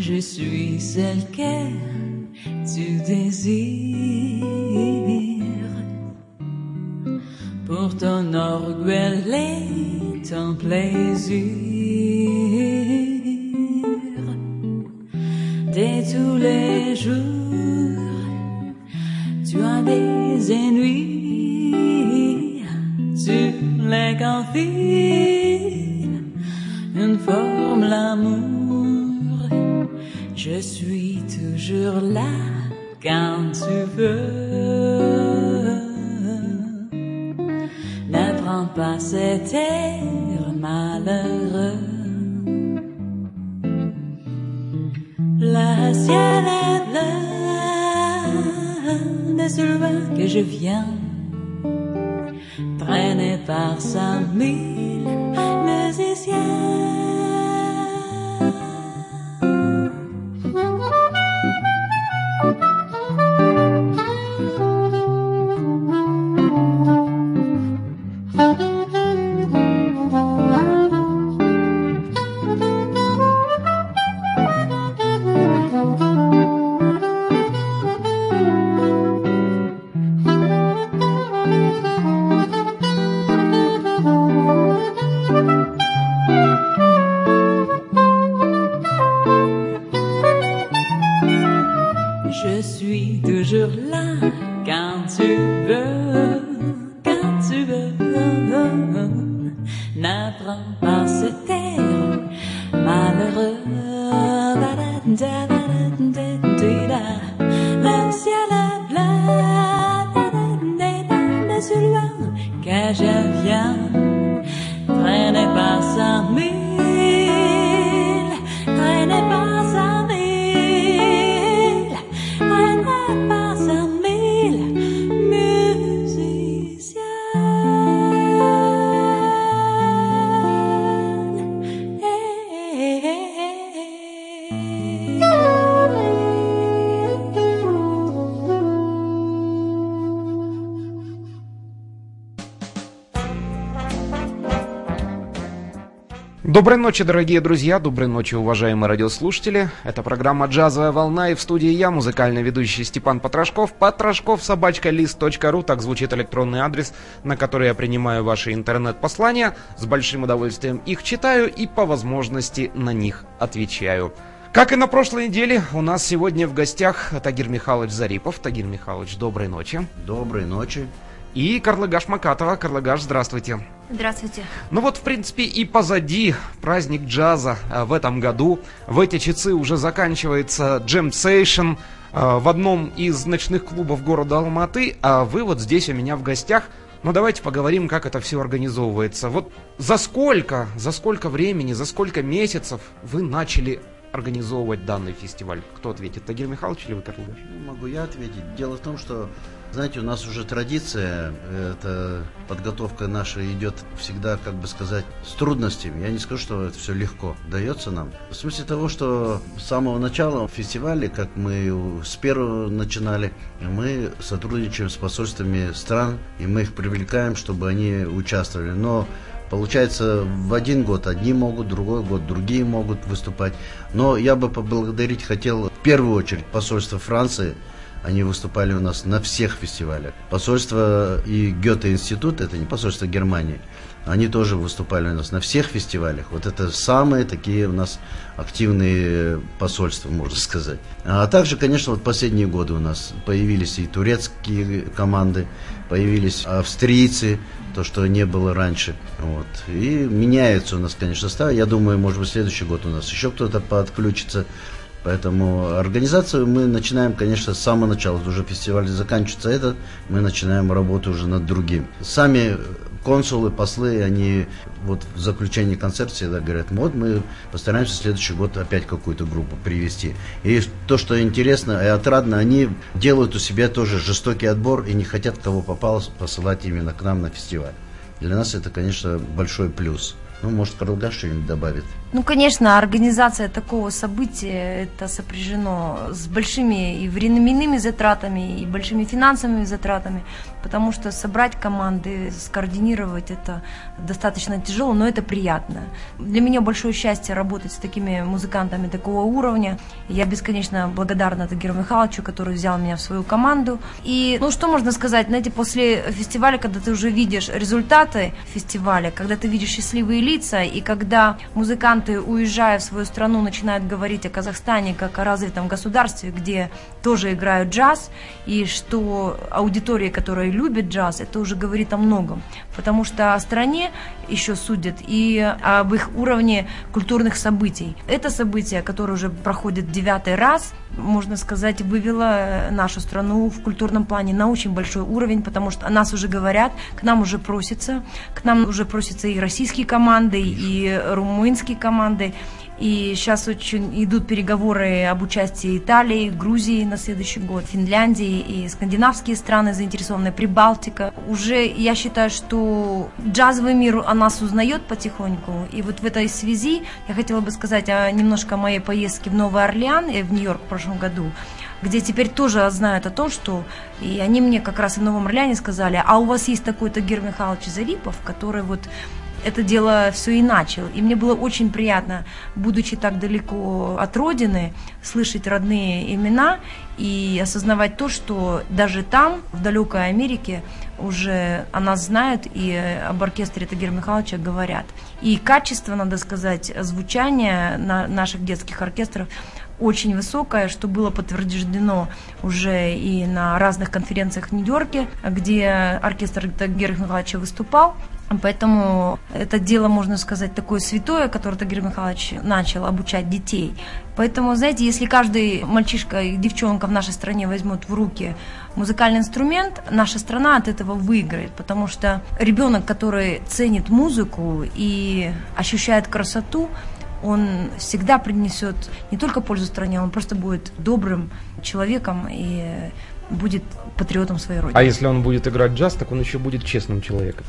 Je suis celle que tu désires. Pour ton orgueil et ton plaisir. Dès tous les jours, tu as des ennuis. Tu les confies, une forme l'amour. Je suis toujours là quand tu veux. N'apprends pas cet air malheureux. Le ciel est bleu de ce loin que je viens, traîné par 5000 musiciens. Je suis toujours là quand tu veux, quand tu veux. N'apprends pas cet air malheureux. Le ciel est bleu de ce loin que je viens, traîné par 5000, traîné par 5000. Доброй ночи, дорогие друзья, доброй ночи, уважаемые радиослушатели. Это программа «Джазовая волна», и в студии я, музыкальный ведущий Степан Потрошков. Потрошков@list.ru, так звучит электронный адрес, на который я принимаю ваши интернет-послания. С большим удовольствием их читаю и по возможности на них отвечаю. Как и на прошлой неделе, у нас сегодня в гостях Тагир Михайлович Зарипов. Тагир Михайлович, доброй ночи. Доброй ночи. И Карлыгаш Макатова. Карлыгаш, здравствуйте. Здравствуйте. Ну вот, в принципе, и позади праздник джаза в этом году. В эти часы уже заканчивается Jam Session в одном из ночных клубов города Алматы, а вы вот здесь у меня в гостях. Ну давайте поговорим, как это все организовывается. Вот за сколько времени, за сколько месяцев вы начали организовывать данный фестиваль? Кто ответит, Тагир Михайлович или вы, Карлыгаш? Могу я ответить. Дело в том, что, знаете, у нас уже традиция, эта подготовка наша идет всегда, как бы сказать, с трудностями. Я не скажу, что это все легко дается нам. В смысле того, что с самого начала фестиваля, как мы с первого начинали, мы сотрудничаем с посольствами стран, и мы их привлекаем, чтобы они участвовали. Но получается, в один год одни могут, другой год другие могут выступать. Но я бы поблагодарить хотел в первую очередь посольство Франции. Они выступали у нас на всех фестивалях. Посольство и Гёте-институт, это не посольство Германии, они тоже выступали у нас на всех фестивалях. Вот это самые такие у нас активные посольства, можно сказать. А также, конечно, вот последние годы у нас появились и турецкие команды, появились австрийцы, то, что не было раньше. Вот. И меняется у нас, конечно, состав. Я думаю, может быть, в следующий год у нас еще кто-то подключится. Поэтому организацию мы начинаем, конечно, с самого начала. Уже фестиваль заканчивается этот, мы начинаем работу уже над другим. Сами консулы, послы, они вот в заключении концерта всегда говорят, вот мы постараемся в следующий год опять какую-то группу привести. И то, что интересно и отрадно, они делают у себя тоже жестокий отбор и не хотят, кого попало, посылать именно к нам на фестиваль. Для нас это, конечно, большой плюс. Ну, может, Карлыгаш что-нибудь добавит. Ну, конечно, организация такого события, это сопряжено с большими и временными затратами, и большими финансовыми затратами, потому что собрать команды, скоординировать это достаточно тяжело, но это приятно. Для меня большое счастье работать с такими музыкантами такого уровня. Я бесконечно благодарна Тагиру Михайловичу, который взял меня в свою команду. И, ну, что можно сказать, знаете, после фестиваля, когда ты уже видишь результаты фестиваля, когда ты видишь счастливые лица, и когда музыканты, уезжая в свою страну, начинают говорить о Казахстане как о развитом государстве, где тоже играют джаз, и что аудитория, которая любит джаз, это уже говорит о многом, потому что о стране еще судят и об их уровне культурных событий. Это событие, которое уже проходит 9-й раз, можно сказать, вывело нашу страну в культурном плане на очень большой уровень, потому что о нас уже говорят, к нам уже просятся и российские команды, и румынские команды. И сейчас очень идут переговоры об участии Италии, Грузии на следующий год, Финляндии и скандинавские страны заинтересованы, Прибалтика. Уже я считаю, что джазовый мир о нас узнает потихоньку. И вот в этой связи я хотела бы сказать немножко о моей поездке в Новый Орлеан и в Нью-Йорк в прошлом году, где теперь тоже знают о том, что... И они мне как раз и в Новом Орлеане сказали, а у вас есть такой Тагир Михайлович Зарипов, который вот это дело все и начал. И мне было очень приятно, будучи так далеко от родины, слышать родные имена и осознавать то, что даже там, в далекой Америке, уже о нас знают и об оркестре Тагира Михайловича говорят. И качество, надо сказать, звучания наших детских оркестров очень высокое, что было подтверждено уже и на разных конференциях в Нью-Йорке, где оркестр Тагира Михайловича выступал. Поэтому это дело, можно сказать, такое святое, которое Тагир Михайлович начал обучать детей. Поэтому, знаете, если каждый мальчишка и девчонка в нашей стране возьмут в руки музыкальный инструмент, наша страна от этого выиграет, потому что ребенок, который ценит музыку и ощущает красоту, он всегда принесет не только пользу стране, он просто будет добрым человеком и будет патриотом своей родины. А если он будет играть джаз, так он еще будет честным человеком.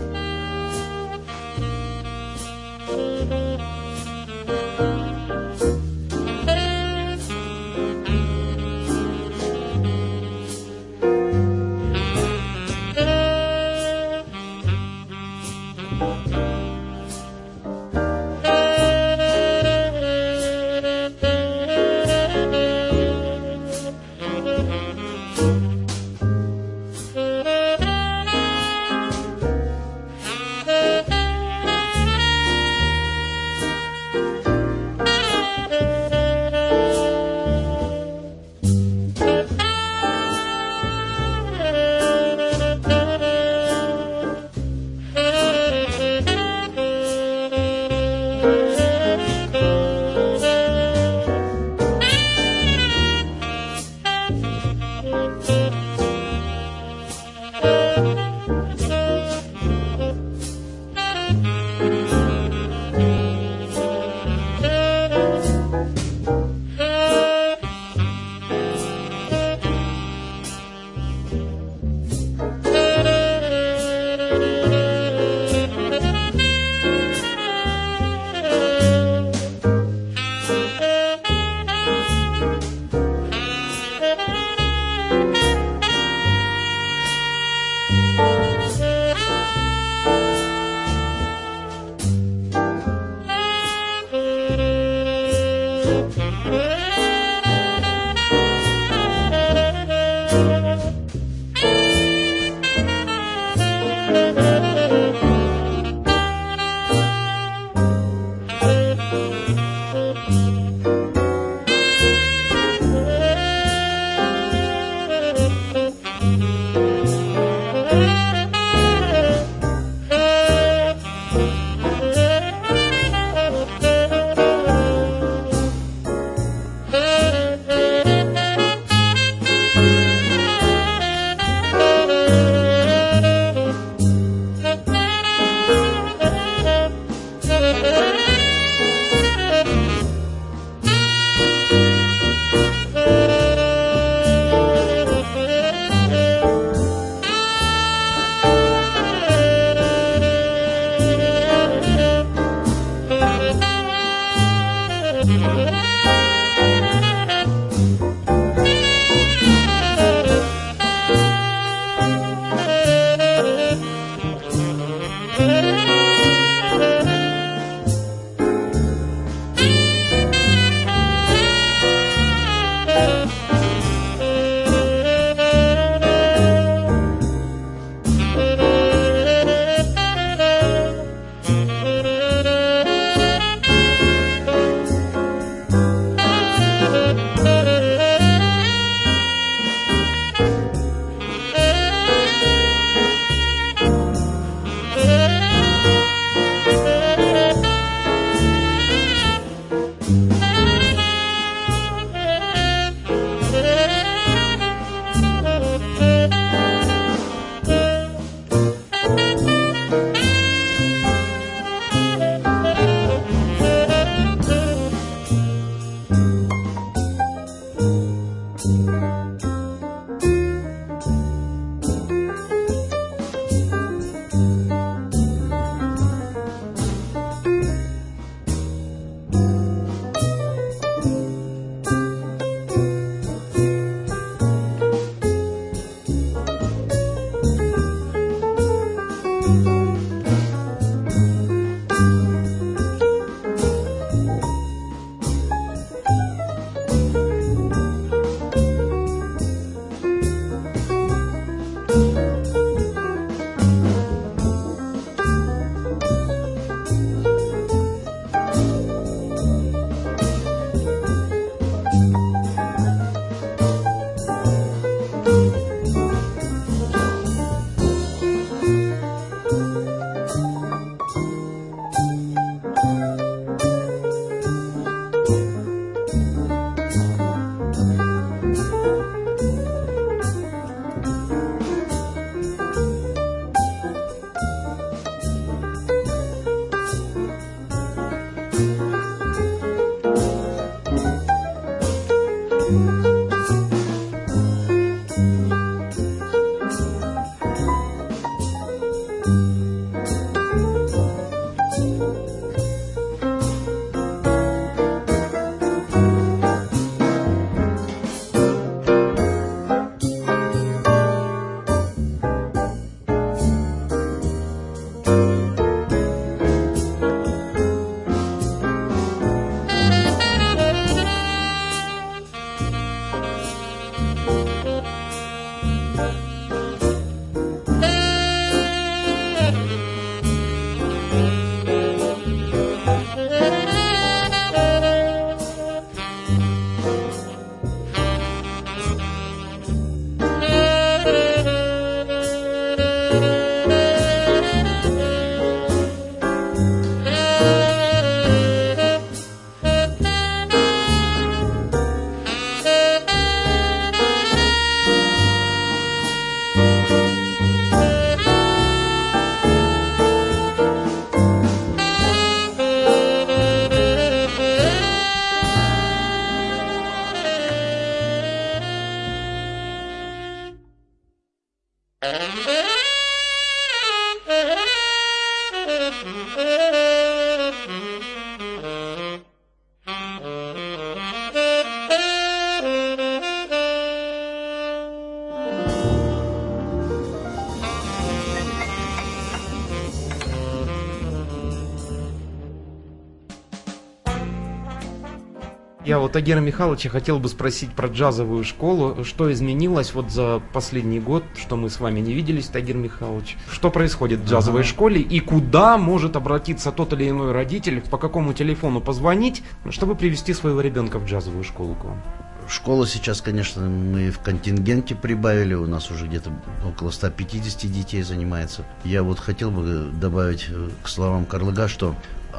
Я вот Тагира Михайловича хотел бы спросить про джазовую школу. Что изменилось вот за последний год, что мы с вами не виделись, Тагир Михайлович? Что происходит в джазовой школе и куда может обратиться тот или иной родитель, по какому телефону позвонить, чтобы привести своего ребенка в джазовую школу к вам? Школа сейчас, конечно, мы в контингенте прибавили, у нас уже где-то около 150 детей занимается. Я вот хотел бы добавить к словам Карлыга, что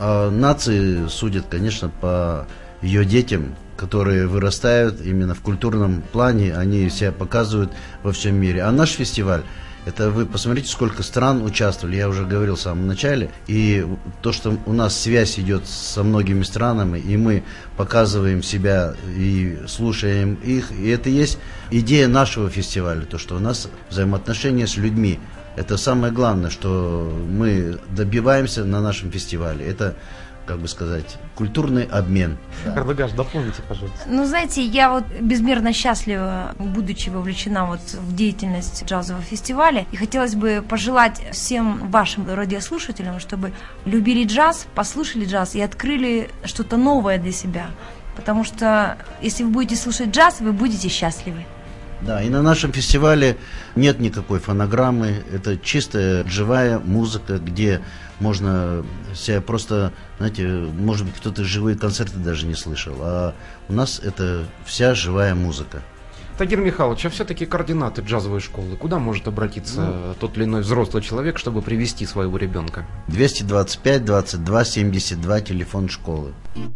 нации судят, конечно, по ее детям, которые вырастают именно в культурном плане, они себя показывают во всем мире. А наш фестиваль, это вы посмотрите, сколько стран участвовали, я уже говорил в самом начале, и то, что у нас связь идет со многими странами, и мы показываем себя и слушаем их, и это и есть идея нашего фестиваля, то, что у нас взаимоотношения с людьми. Это самое главное, что мы добиваемся на нашем фестивале. Это как бы сказать, культурный обмен. Карлыгаш, дополните, пожалуйста. Ну, знаете, я вот безмерно счастлива, будучи вовлечена вот в деятельность джазового фестиваля, и хотелось бы пожелать всем вашим радиослушателям, чтобы любили джаз, послушали джаз и открыли что-то новое для себя. Потому что если вы будете слушать джаз, вы будете счастливы. Да, и на нашем фестивале нет никакой фонограммы, это чистая живая музыка, где можно себя просто, знаете, может быть, кто-то живые концерты даже не слышал, а у нас это вся живая музыка. Тагир Михайлович, а все-таки координаты джазовой школы, куда может обратиться тот или иной взрослый человек, чтобы привести своего ребенка? 225 22 72, телефон школы.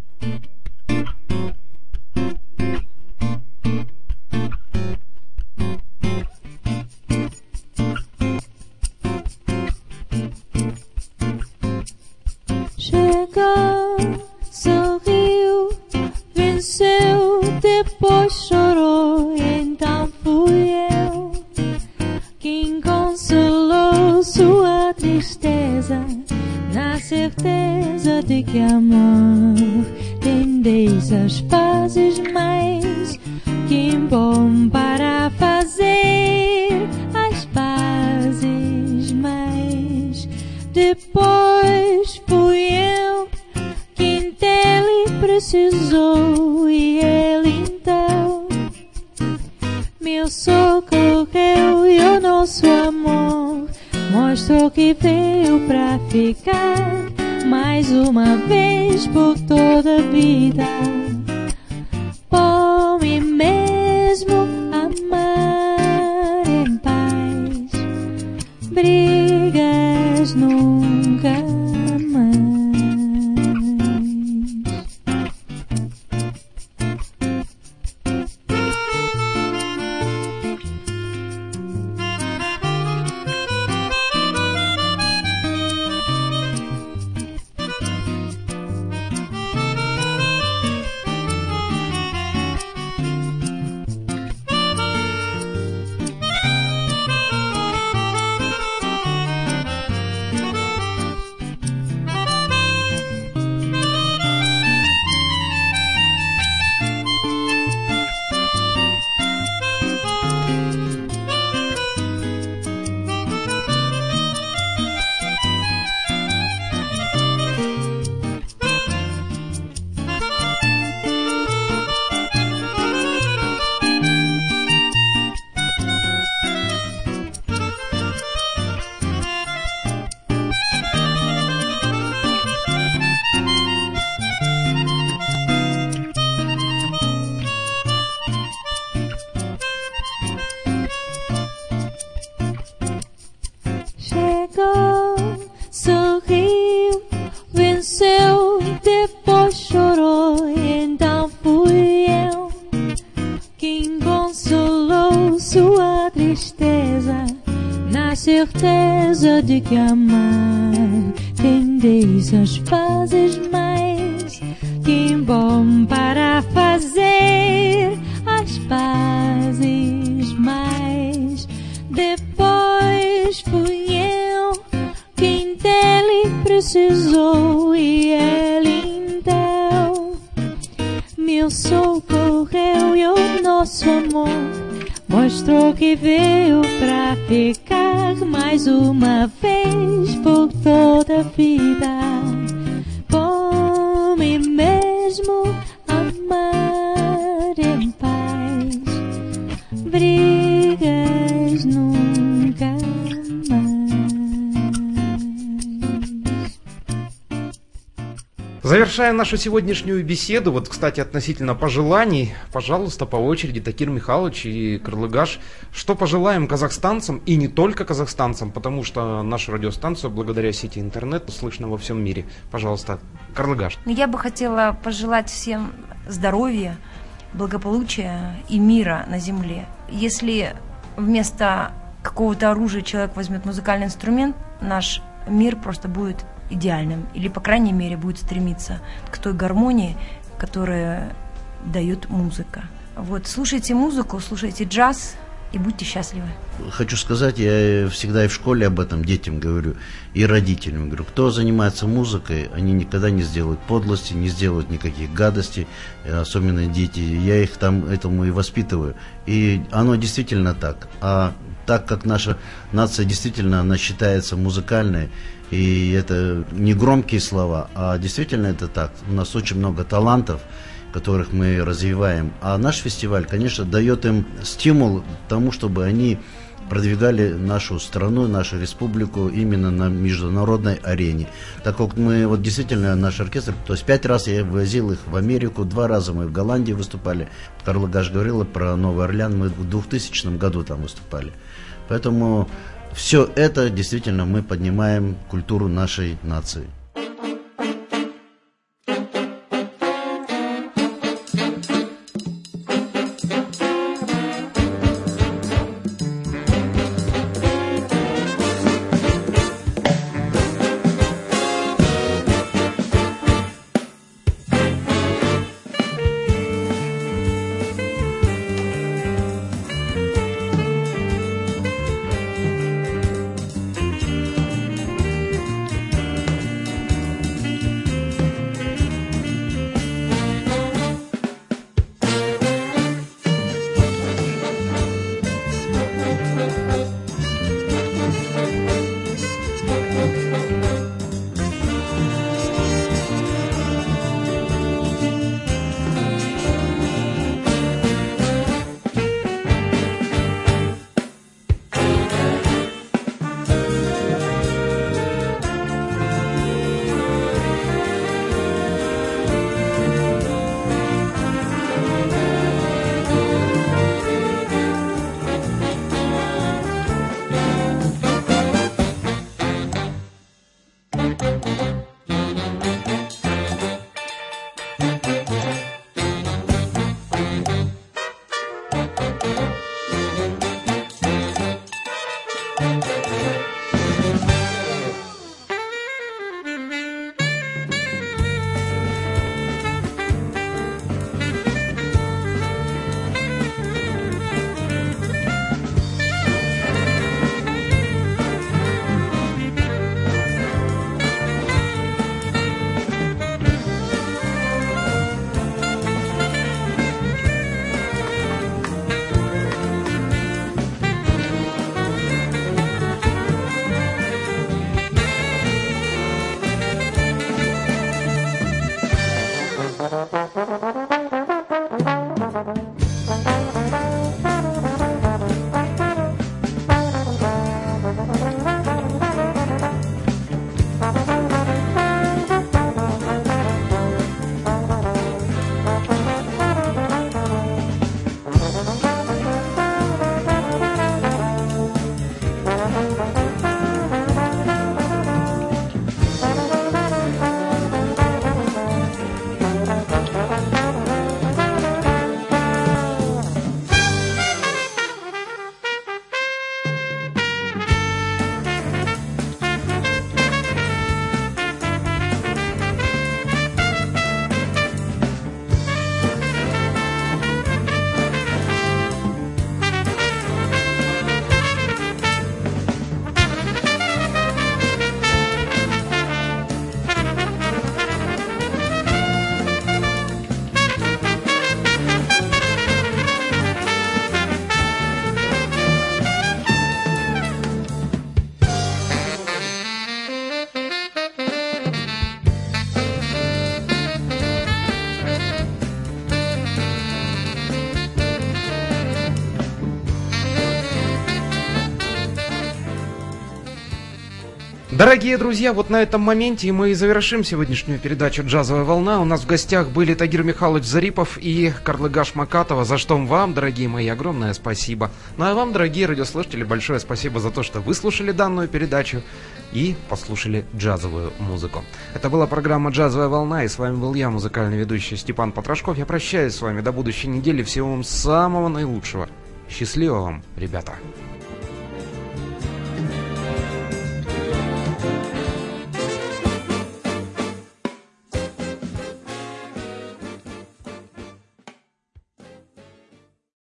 Chegou, sorriu, venceu, depois chorou, então fui eu quem consolou sua tristeza, na certeza de que amor tem dessas fases mais que bom para fazer as pazes, mas depois fui eu quem dele precisou e ele então me socorreu e o nosso amor mostrou que veio pra ficar mais uma vez por toda a vida. Bom e mesmo amar em paz, brigas nunca mais. Chegou, sorriu, venceu, depois chorou, então fui eu quem consolou sua tristeza, na certeza de que amar tem dessas fases mais que bom para fazer as pazes, mas depois fui eu quem dele precisou e ele então me socorreu e o nosso amor mostrou que veio pra ficar mais uma vez por toda a vida. Bom e mesmo amar em paz, brigas nunca mais. Завершая нашу сегодняшнюю беседу, вот, кстати, относительно пожеланий, пожалуйста, по очереди, Тагир Михайлович и Карлыгаш, что пожелаем казахстанцам и не только казахстанцам, потому что нашу радиостанцию, благодаря сети интернет, слышно во всем мире. Пожалуйста, Карлыгаш. Я бы хотела пожелать всем здоровья, благополучия и мира на земле. Если вместо какого-то оружия человек возьмет музыкальный инструмент, наш мир просто будет идеальным, или, по крайней мере, будет стремиться к той гармонии, которую дает музыка. Вот, слушайте музыку, слушайте джаз, и будьте счастливы. Хочу сказать, я всегда и в школе об этом детям говорю, и родителям говорю, кто занимается музыкой, они никогда не сделают подлости, не сделают никаких гадостей, особенно дети. Я их там этому и воспитываю. И оно действительно так. А так как наша нация действительно, она считается музыкальной, и это не громкие слова, а действительно это так. У нас очень много талантов, которых мы развиваем. А наш фестиваль, конечно, дает им стимул к тому, чтобы они продвигали нашу страну, нашу республику именно на международной арене. Так как мы, вот действительно, наш оркестр, то есть 5 раз я возил их в Америку, 2 раза мы в Голландии выступали. Карла Гаш говорила про Новый Орлеан, мы в 2000 году там выступали. Поэтому все это действительно мы поднимаем культуру нашей нации. Дорогие друзья, вот на этом моменте мы и завершим сегодняшнюю передачу «Джазовая волна». У нас в гостях были Тагир Михайлович Зарипов и Карлыгаш Макатова, за что вам, дорогие мои, огромное спасибо. Ну а вам, дорогие радиослушатели, большое спасибо за то, что выслушали данную передачу и послушали джазовую музыку. Это была программа «Джазовая волна», и с вами был я, музыкальный ведущий Степан Потрошков. Я прощаюсь с вами до будущей недели. Всего вам самого наилучшего. Счастливо вам, ребята!